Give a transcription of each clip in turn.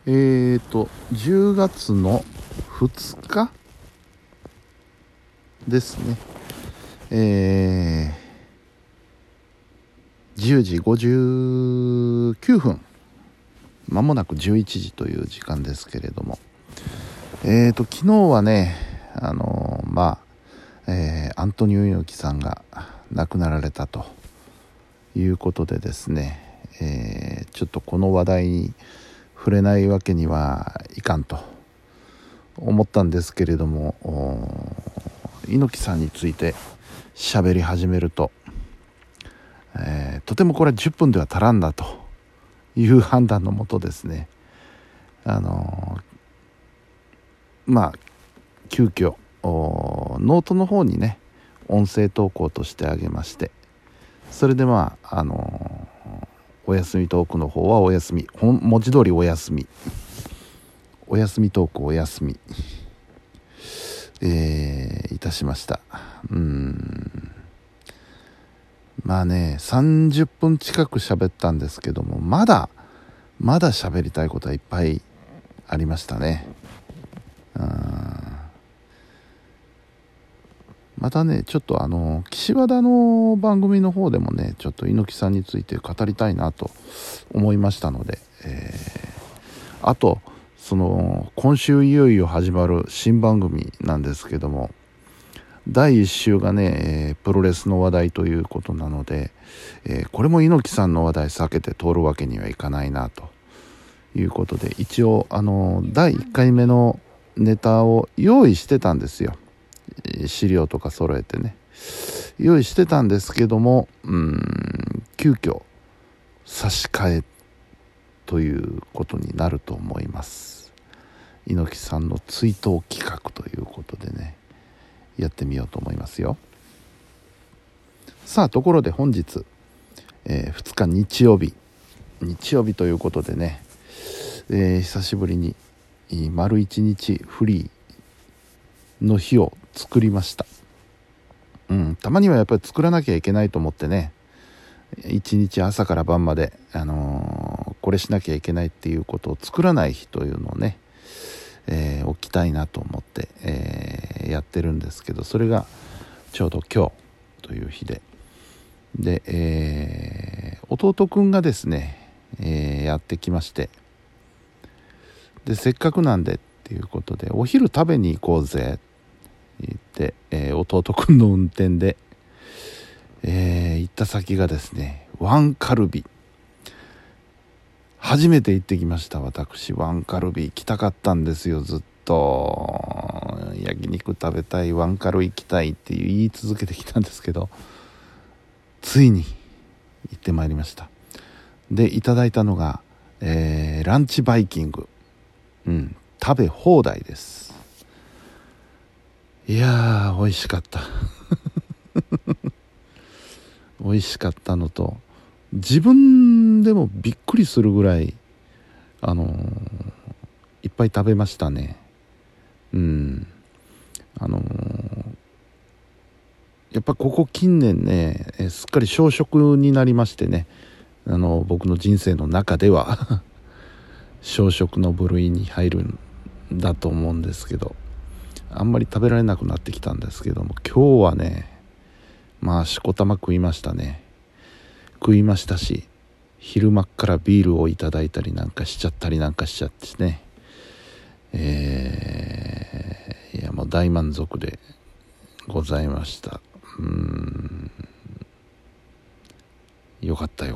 10月の2日ですね。10時59分。まもなく11時という時間ですけれども。昨日はね、アントニオ猪木さんが亡くなられたということでですね、ちょっとこの話題に触れないわけにはいかんと思ったんですけれども、猪木さんについて喋り始めると、とてもこれは10分では足らんだという判断のもとですね、急遽ノートの方にね音声投稿としてあげまして、それでお休みトークの方はお休み、文字通りお休みトークお休み、いたしました。30分近く喋ったんですけども、まだ喋りたいことはいっぱいありましたね。またね、ちょっと岸和田の番組の方でもね、ちょっと猪木さんについて語りたいなと思いましたので、あと今週いよいよ始まる新番組なんですけども、第1週がね、プロレスの話題ということなので、これも猪木さんの話題避けて通るわけにはいかないなということで、一応第1回目のネタを用意してたんですよ。資料とか揃えてね用意してたんですけども、急遽差し替えということになると思います。猪木さんの追悼企画ということでね、やってみようと思いますよ。さあ、ところで本日、2日日曜日ということでね、久しぶりに丸1日フリーの日を作りました。たまにはやっぱり作らなきゃいけないと思ってね、一日朝から晩まで、これしなきゃいけないっていうことを作らない日というのをね、起きたいなと思って、やってるんですけど、それがちょうど今日という日で、弟くんがですね、やってきまして、でせっかくなんでっていうことでお昼食べに行こうぜって言って、弟くんの運転で、行った先がですね、ワンカルビ。初めて行ってきました。私ワンカルビ行きたかったんですよ。ずっと焼肉食べたい、ワンカル行きたいって言い続けてきたんですけど、ついに行ってまいりました。でいただいたのが、ランチバイキング、食べ放題です。いやー美味しかった美味しかったのと、自分でもびっくりするぐらいいっぱい食べましたね。やっぱここ近年ね、すっかり小食になりましてね、僕の人生の中では小食の部類に入るんだと思うんですけど、あんまり食べられなくなってきたんですけども、今日はね、しこたま食いましたし、昼間っからビールをいただいたりなんかしちゃってね、いやもう大満足でございました。よかった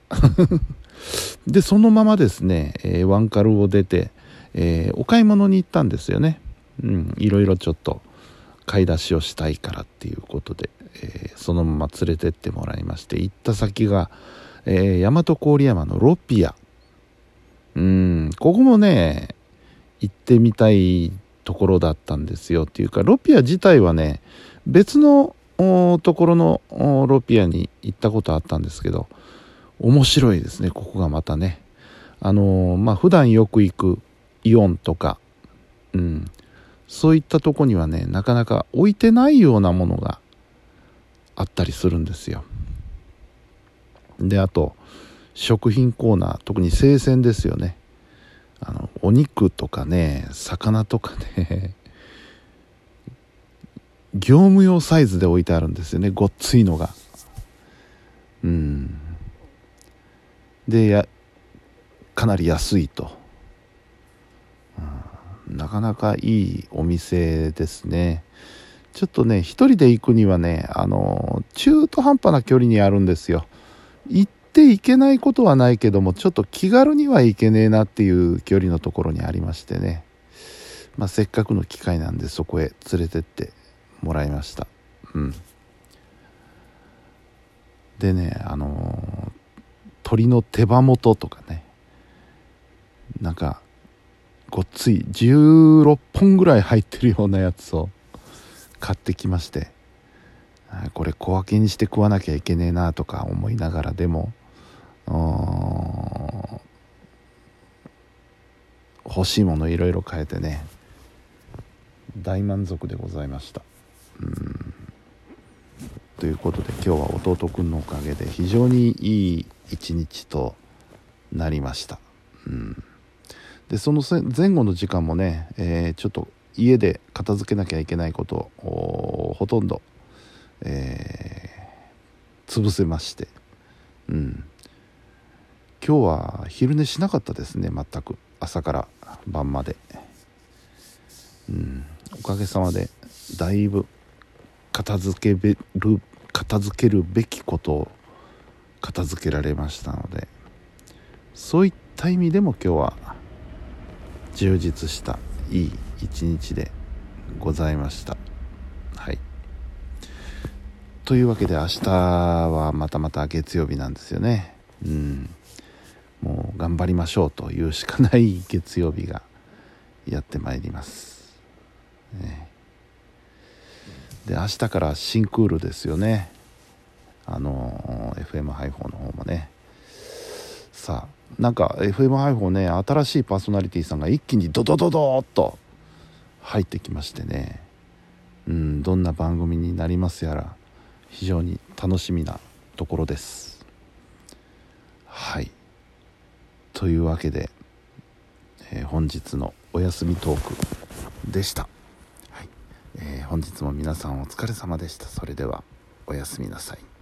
でそのままですね、ワンカルを出て、お買い物に行ったんですよね。いろいろちょっと買い出しをしたいからっていうことで、そのまま連れてってもらいまして、行った先が、大和郡山のロピア。ここもね行ってみたいところだったんですよ。っていうか、ロピア自体はね、別のところのロピアに行ったことあったんですけど、面白いですね、ここがまたね。普段よく行くイオンとか、そういったとこにはね、なかなか置いてないようなものがあったりするんですよ。で、あと食品コーナー、特に生鮮ですよね。 お肉とかね、魚とかね業務用サイズで置いてあるんですよね、ごっついのが。でかなり安いと、なかなかいいお店ですね。ちょっとね、一人で行くにはね、中途半端な距離にあるんですよ。行っていけないことはないけども、ちょっと気軽には行けねえなっていう距離のところにありましてね、せっかくの機会なんでそこへ連れてってもらいました。でね、鶏の手羽元とかね、なんかごっつい16本ぐらい入ってるようなやつを買ってきまして、これ小分けにして食わなきゃいけねえなとか思いながら、でも欲しいものいろいろ変えてね、大満足でございました。ということで、今日は弟くんのおかげで非常にいい一日となりました。でその前後の時間もね、ちょっと家で片付けなきゃいけないことをほとんど、潰せまして、今日は昼寝しなかったですね、全く。朝から晩まで。おかげさまでだいぶ片付けるべきことを片付けられましたので、そういった意味でも今日は充実したいい一日でございました。というわけで、明日はまた月曜日なんですよね。もう頑張りましょうというしかない月曜日がやってまいります、で明日から新クールですよね。FM ハイフォーの方もね、さあなんか FM ハイフォーね、新しいパーソナリティさんが一気にドドドドーっと入ってきましてね、どんな番組になりますやら、非常に楽しみなところです。というわけで、本日のお休みトークでした。本日も皆さんお疲れ様でした。それではおやすみなさい。